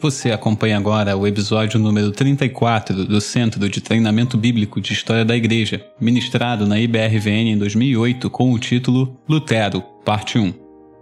Você acompanha agora o episódio número 34 do Centro de Treinamento Bíblico de História da Igreja, ministrado na IBRVN em 2008 com o título Lutero, Parte 1.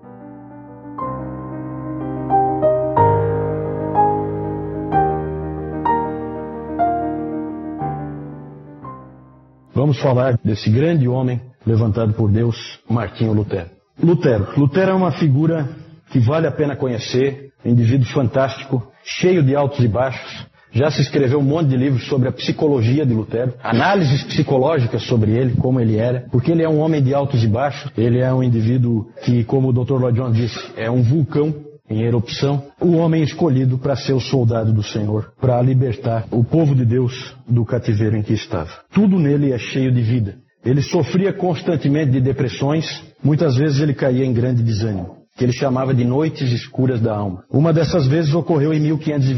Vamos falar desse grande homem levantado por Deus, Martinho Lutero. Lutero é uma figura que vale a pena conhecer, um indivíduo fantástico, cheio de altos e baixos. Já se escreveu um monte de livros sobre a psicologia de Lutero, análises psicológicas sobre ele, como ele era, porque ele é um homem de altos e baixos. Ele é um indivíduo que, como o Dr. Lloyd Jones disse, é um vulcão em erupção, o homem escolhido para ser o soldado do Senhor, para libertar o povo de Deus do cativeiro em que estava. Tudo nele é cheio de vida. Ele sofria constantemente de depressões, muitas vezes ele caía em grande desânimo, que ele chamava de noites escuras da alma. Uma dessas vezes ocorreu em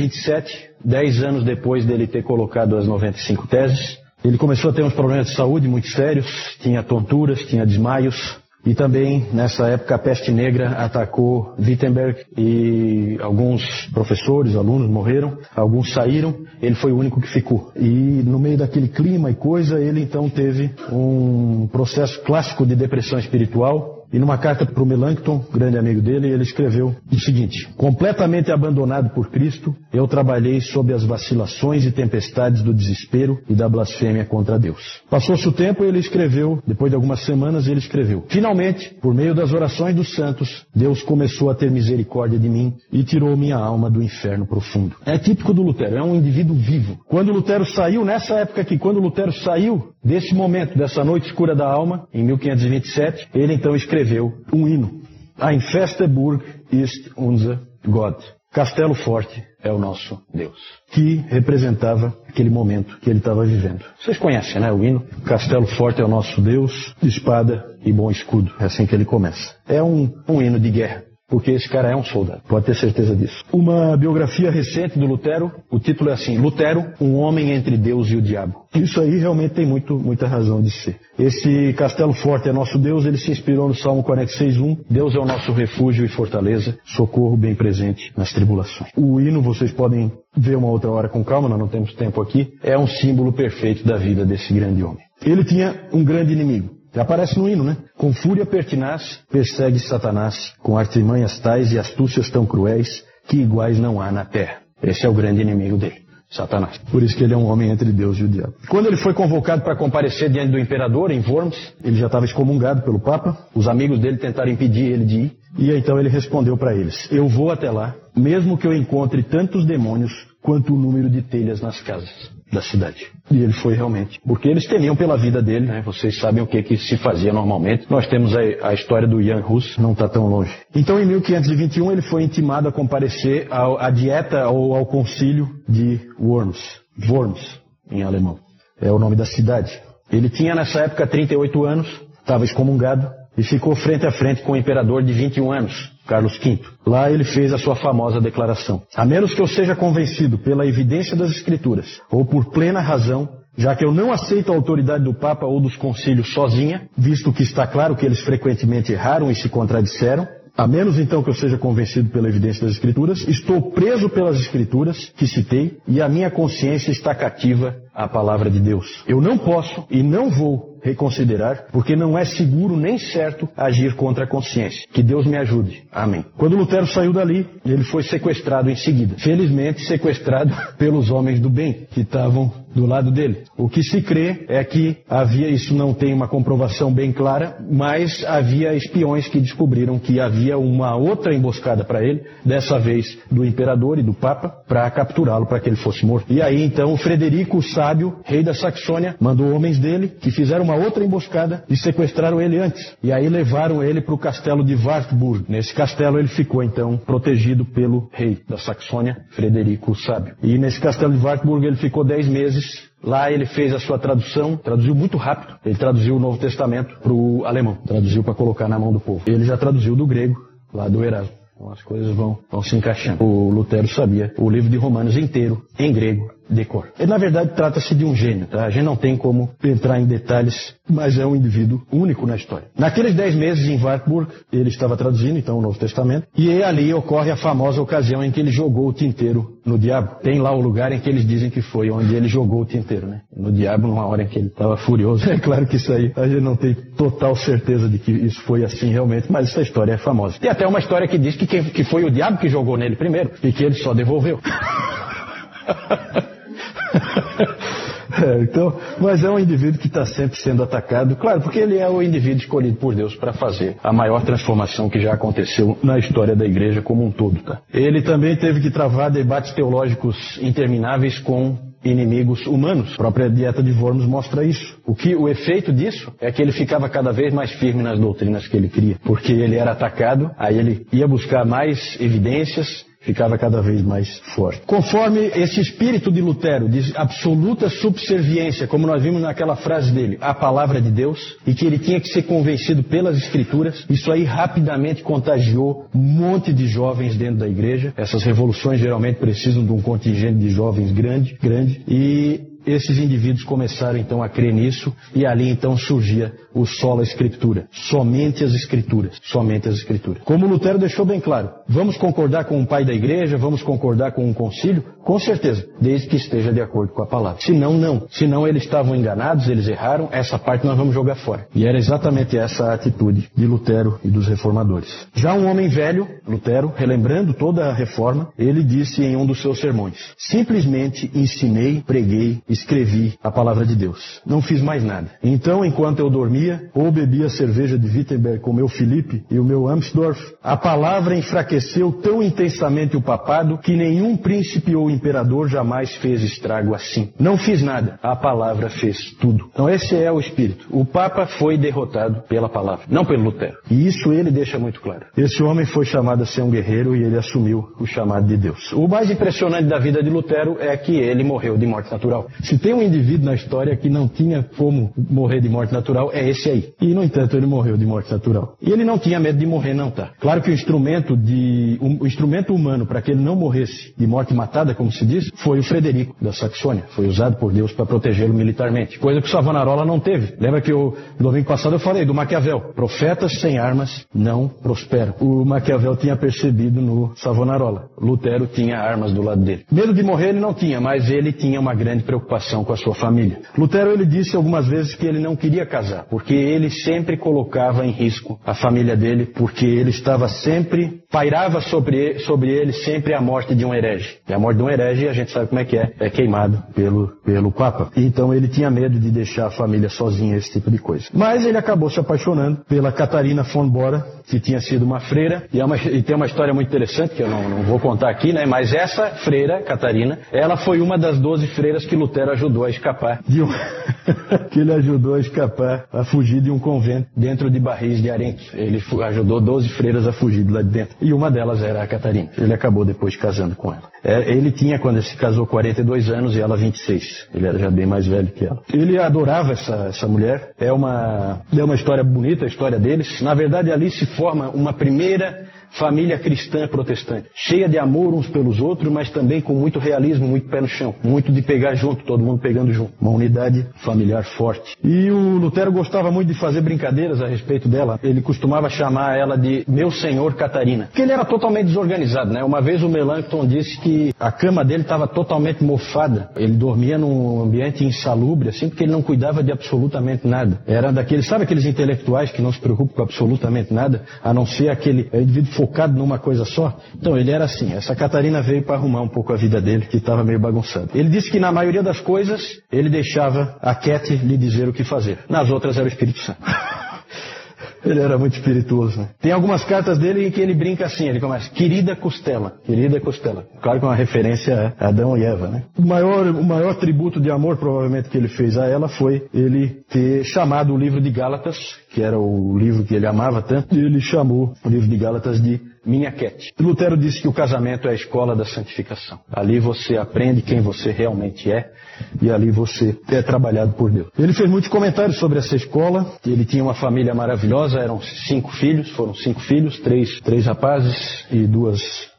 1527, 10 anos depois dele ter colocado as 95 teses. Ele começou a ter uns problemas de saúde muito sérios, tinha tonturas, tinha desmaios. E também, nessa época, a peste negra atacou Wittenberg e alguns professores, alunos morreram, alguns saíram, ele foi o único que ficou. E no meio daquele clima e coisa, ele então teve um processo clássico de depressão espiritual. E numa carta para o Melanchthon, grande amigo dele, ele escreveu o seguinte: completamente abandonado por Cristo, eu trabalhei sob as vacilações e tempestades do desespero e da blasfêmia contra Deus. Passou-se o tempo e ele escreveu, depois de algumas semanas ele escreveu: finalmente, por meio das orações dos santos, Deus começou a ter misericórdia de mim e tirou minha alma do inferno profundo. É típico do Lutero, é um indivíduo vivo. Quando Lutero saiu, nessa época aqui, quando Lutero saiu desse momento, dessa noite escura da alma, em 1527, ele então escreveu um hino. Ein feste Burg ist unser Gott. Castelo forte é o nosso Deus. Que representava aquele momento que ele estava vivendo. Vocês conhecem, né, o hino? Castelo forte é o nosso Deus, espada e bom escudo. É assim que ele começa. É um hino de guerra. Porque esse cara é um soldado, pode ter certeza disso. Uma biografia recente do Lutero, o título é assim: Lutero, um homem entre Deus e o diabo. Isso aí realmente tem muita razão de ser. Esse castelo forte é nosso Deus, ele se inspirou no Salmo 46:1. Deus é o nosso refúgio e fortaleza, socorro bem presente nas tribulações. O hino, vocês podem ver uma outra hora com calma, nós não temos tempo aqui, é um símbolo perfeito da vida desse grande homem. Ele tinha um grande inimigo. Aparece no hino, né? Com fúria pertinaz, persegue Satanás, com artimanhas tais e astúcias tão cruéis, que iguais não há na terra. Esse é o grande inimigo dele, Satanás. Por isso que ele é um homem entre Deus e o diabo. Quando ele foi convocado para comparecer diante do imperador, em Worms, ele já estava excomungado pelo Papa. Os amigos dele tentaram impedir ele de ir. E então ele respondeu para eles: eu vou até lá, mesmo que eu encontre tantos demônios quanto o número de telhas nas casas da cidade. E ele foi realmente. Porque eles temiam pela vida dele, né? Vocês sabem o que se fazia normalmente. Nós temos a história do Jan Hus, não está tão longe. Então, em 1521, ele foi intimado a comparecer à dieta ou ao concílio de Worms. Worms, em alemão. É o nome da cidade. Ele tinha, nessa época, 38 anos, estava excomungado e ficou frente a frente com o imperador de 21 anos, Carlos V. Lá ele fez a sua famosa declaração: a menos que eu seja convencido pela evidência das Escrituras, ou por plena razão, já que eu não aceito a autoridade do Papa ou dos concílios sozinha, visto que está claro que eles frequentemente erraram e se contradisseram, a menos então que eu seja convencido pela evidência das Escrituras, estou preso pelas Escrituras que citei e a minha consciência está cativa à palavra de Deus. Eu não posso e não vou reconsiderar, porque não é seguro nem certo agir contra a consciência. Que Deus me ajude. Amém. Quando Lutero saiu dali, ele foi sequestrado em seguida. Felizmente, sequestrado pelos homens do bem, que estavam do lado dele. O que se crê é que havia, isso não tem uma comprovação bem clara, mas havia espiões que descobriram que havia uma outra emboscada para ele, dessa vez do imperador e do Papa, para capturá-lo, para que ele fosse morto. E aí, então, o Frederico, o sábio, rei da Saxônia, mandou homens dele, que fizeram uma outra emboscada e sequestraram ele antes. E aí levaram ele para o castelo de Wartburg. Nesse castelo ele ficou, então, protegido pelo rei da Saxônia, Frederico o Sábio. E nesse castelo de Wartburg ele ficou 10 meses. Lá ele fez a sua tradução, traduziu muito rápido. Ele traduziu o Novo Testamento para o alemão, traduziu para colocar na mão do povo. Ele já traduziu do grego, lá do Erasmo. Então as coisas vão se encaixando. O Lutero sabia o livro de Romanos inteiro, em grego, de cor. E, na verdade, trata-se de um gênio, tá? A gente não tem como entrar em detalhes, mas é um indivíduo único na história. Naqueles 10 meses em Wartburg, ele estava traduzindo, então, o Novo Testamento, e ali ocorre a famosa ocasião em que ele jogou o tinteiro no diabo. Tem lá o lugar em que eles dizem que foi onde ele jogou o tinteiro, né? No diabo, numa hora em que ele estava furioso. É claro que isso aí, a gente não tem total certeza de que isso foi assim realmente, mas essa história é famosa. Tem até uma história que diz que foi o diabo que jogou nele primeiro, e que ele só devolveu. Então, mas é um indivíduo que está sempre sendo atacado, claro, porque ele é o indivíduo escolhido por Deus para fazer a maior transformação que já aconteceu na história da igreja como um todo, tá? Ele também teve que travar debates teológicos intermináveis com inimigos humanos. A própria dieta de Worms mostra isso. O efeito disso é que ele ficava cada vez mais firme nas doutrinas que ele cria, porque ele era atacado, aí ele ia buscar mais evidências, ficava cada vez mais forte. Conforme esse espírito de Lutero, de absoluta subserviência, como nós vimos naquela frase dele, à palavra de Deus, e que ele tinha que ser convencido pelas Escrituras, isso aí rapidamente contagiou um monte de jovens dentro da igreja. Essas revoluções geralmente precisam de um contingente de jovens grande, e esses indivíduos começaram então a crer nisso, e ali então surgia o sola escritura, somente as escrituras, somente as escrituras. Como Lutero deixou bem claro, vamos concordar com o pai da igreja, vamos concordar com um concílio? Com certeza, desde que esteja de acordo com a palavra. Senão, não. Senão eles estavam enganados, eles erraram, essa parte nós vamos jogar fora. E era exatamente essa a atitude de Lutero e dos reformadores. Já um homem velho, Lutero, relembrando toda a reforma, ele disse em um dos seus sermões: simplesmente ensinei, preguei, escrevi a palavra de Deus. Não fiz mais nada. Então, enquanto eu dormia, ou bebia cerveja de Wittenberg com o meu Filipe e o meu Amsdorff, a palavra enfraqueceu tão intensamente o papado que nenhum príncipe ou imperador jamais fez estrago assim. Não fiz nada. A palavra fez tudo. Então esse é o espírito. O Papa foi derrotado pela palavra, não pelo Lutero. E isso ele deixa muito claro. Esse homem foi chamado a ser um guerreiro e ele assumiu o chamado de Deus. O mais impressionante da vida de Lutero é que ele morreu de morte natural. Se tem um indivíduo na história que não tinha como morrer de morte natural, é esse aí. E, no entanto, ele morreu de morte natural. E ele não tinha medo de morrer, não, tá? Claro que o instrumento humano para que ele não morresse de morte matada, como se diz, foi o Frederico da Saxônia. Foi usado por Deus para protegê-lo militarmente. Coisa que o Savonarola não teve. Lembra que no domingo passado eu falei do Maquiavel. Profetas sem armas não prosperam. O Maquiavel tinha percebido no Savonarola. Lutero tinha armas do lado dele. Medo de morrer ele não tinha, mas ele tinha uma grande preocupação com a sua família. Lutero, ele disse algumas vezes que ele não queria casar, porque ele sempre colocava em risco a família dele, porque ele estava sempre, pairava sobre ele sempre a morte de um herege. E a morte de um herege, a gente sabe como é queimado pelo Papa. Então ele tinha medo de deixar a família sozinha, esse tipo de coisa. Mas ele acabou se apaixonando pela Catarina von Bora, que tinha sido uma freira, e tem uma história muito interessante, que eu não vou contar aqui, né? Mas essa freira, Catarina, ela foi uma das 12 freiras que Lutero ajudou a escapar que ele ajudou a escapar, a fugir de um convento dentro de barris de arenque. Ele ajudou 12 freiras a fugir de lá de dentro. E uma delas era a Catarina. Ele acabou depois casando com ela. Ele tinha, quando ele se casou, 42 anos e ela 26. Ele era já bem mais velho que ela. Ele adorava essa mulher. É uma história bonita, a história deles. Na verdade, ali se forma uma primeira família cristã protestante, cheia de amor uns pelos outros, mas também com muito realismo, muito pé no chão, muito de pegar junto, todo mundo pegando junto. Uma unidade familiar forte. E o Lutero gostava muito de fazer brincadeiras a respeito dela. Ele costumava chamar ela de meu senhor Catarina, porque ele era totalmente desorganizado, né? Uma vez o Melanchthon disse que a cama dele estava totalmente mofada. Ele dormia num ambiente insalubre, assim, porque ele não cuidava de absolutamente nada. Era daqueles, sabe aqueles intelectuais que não se preocupam com absolutamente nada, a não ser aquele indivíduo focado numa coisa só? Então ele era assim. Essa Catarina veio para arrumar um pouco a vida dele, que estava meio bagunçada. Ele disse que na maioria das coisas ele deixava a Cat lhe dizer o que fazer. Nas outras era o Espírito Santo. Ele era muito espirituoso, né? Tem algumas cartas dele em que ele brinca assim, ele começa, querida costela, querida costela. Claro que é uma referência a Adão e Eva, né? O maior tributo de amor, provavelmente, que ele fez a ela foi ele ter chamado o livro de Gálatas, que era o livro que ele amava tanto, e ele chamou o livro de Gálatas de Minha Cat. Lutero disse que o casamento é a escola da santificação. Ali você aprende quem você realmente é, e ali você é trabalhado por Deus. Ele fez muitos comentários sobre essa escola. Ele tinha uma família maravilhosa, eram 5 filhos, foram 5 filhos, 3 rapazes e 2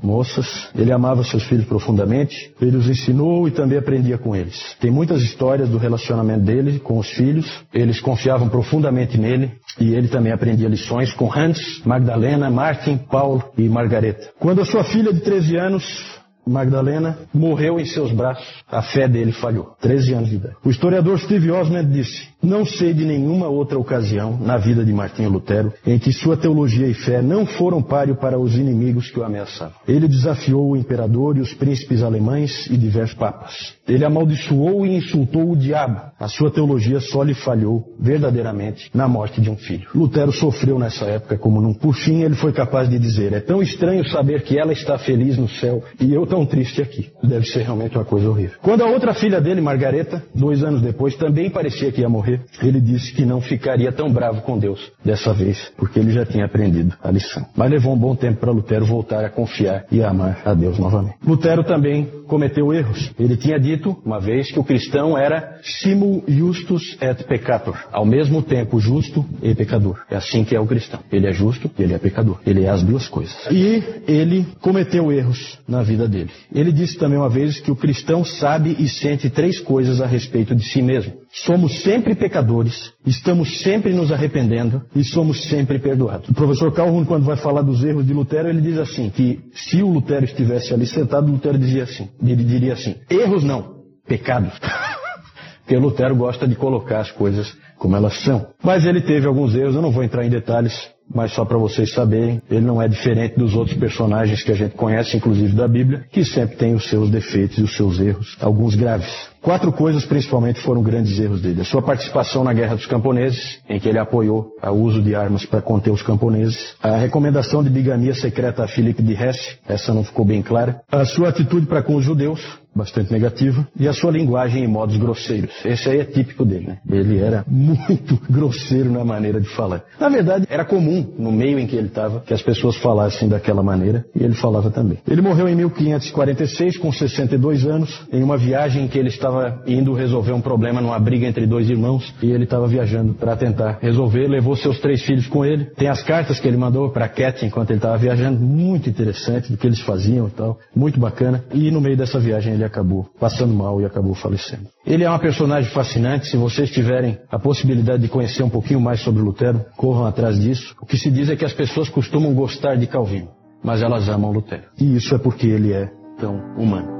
moças. Ele amava seus filhos profundamente, ele os ensinou e também aprendia com eles. Tem muitas histórias do relacionamento dele com os filhos, eles confiavam profundamente nele e ele também aprendia lições com Hans, Magdalena, Martin, Paul e Margareta. Quando a sua filha de 13 anos, Magdalena, morreu em seus braços, a fé dele falhou. 13 anos de idade. O historiador Steve Osment disse: não sei de nenhuma outra ocasião na vida de Martinho Lutero em que sua teologia e fé não foram páreo para os inimigos que o ameaçavam. Ele desafiou o imperador e os príncipes alemães e diversos papas. Ele amaldiçoou e insultou o diabo. A sua teologia só lhe falhou verdadeiramente na morte de um filho. Lutero sofreu nessa época como num. Por fim, ele foi capaz de dizer: é tão estranho saber que ela está feliz no céu e eu tão triste aqui. Deve ser realmente uma coisa horrível. Quando a outra filha dele, Margareta, 2 anos depois, também parecia que ia morrer, ele disse que não ficaria tão bravo com Deus dessa vez, porque ele já tinha aprendido a lição. Mas levou um bom tempo para Lutero voltar a confiar e a amar a Deus novamente. Lutero também cometeu erros. Ele tinha dito uma vez que o cristão era simul justus et peccator, ao mesmo tempo justo e pecador. É assim que é o cristão. Ele é justo e ele é pecador. Ele é as duas coisas. E ele cometeu erros na vida dele. Ele disse também uma vez que o cristão sabe e sente 3 coisas a respeito de si mesmo. Somos sempre pecadores, estamos sempre nos arrependendo e somos sempre perdoados. O professor Calhoun, quando vai falar dos erros de Lutero, ele diz assim, que se o Lutero estivesse ali sentado, Lutero diria assim, ele diria assim: erros não, pecados. Porque Lutero gosta de colocar as coisas como elas são. Mas ele teve alguns erros, eu não vou entrar em detalhes, mas só para vocês saberem, ele não é diferente dos outros personagens que a gente conhece, inclusive da Bíblia, que sempre tem os seus defeitos e os seus erros, alguns graves. 4 coisas principalmente foram grandes erros dele. A sua participação na Guerra dos Camponeses, em que ele apoiou o uso de armas para conter os camponeses. A recomendação de bigamia secreta a Philippe de Hesse, essa não ficou bem clara. A sua atitude para com os judeus, bastante negativa. E a sua linguagem e modos grosseiros. Esse aí é típico dele, né? Ele era muito grosseiro na maneira de falar. Na verdade, era comum, no meio em que ele estava, que as pessoas falassem daquela maneira, e ele falava também. Ele morreu em 1546, com 62 anos, em uma viagem em que ele estava indo resolver um problema numa briga entre 2 irmãos, e ele estava viajando para tentar resolver, levou seus 3 filhos com ele. Tem as cartas que ele mandou para Cat enquanto ele estava viajando, muito interessante do que eles faziam e tal, muito bacana. E no meio dessa viagem ele acabou passando mal e acabou falecendo. Ele é uma personagem fascinante. Se vocês tiverem a possibilidade de conhecer um pouquinho mais sobre Lutero, corram atrás disso. O que se diz é que as pessoas costumam gostar de Calvino, mas elas amam Lutero. E isso é porque ele é tão humano.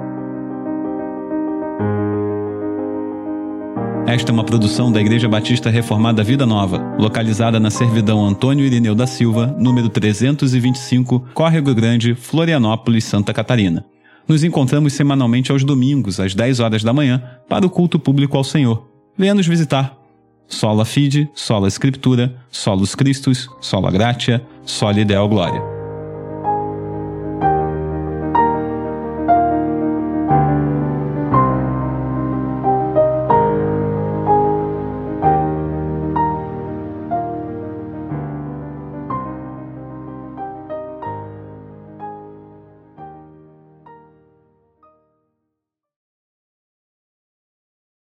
Esta é uma produção da Igreja Batista Reformada Vida Nova, localizada na Servidão Antônio Irineu da Silva, número 325, Córrego Grande, Florianópolis, Santa Catarina. Nos encontramos semanalmente aos domingos, às 10 horas da manhã, para o culto público ao Senhor. Venha nos visitar. Sola Fide, Sola Escritura, Solus Christus, Sola Gratia, Soli Deo Gloria.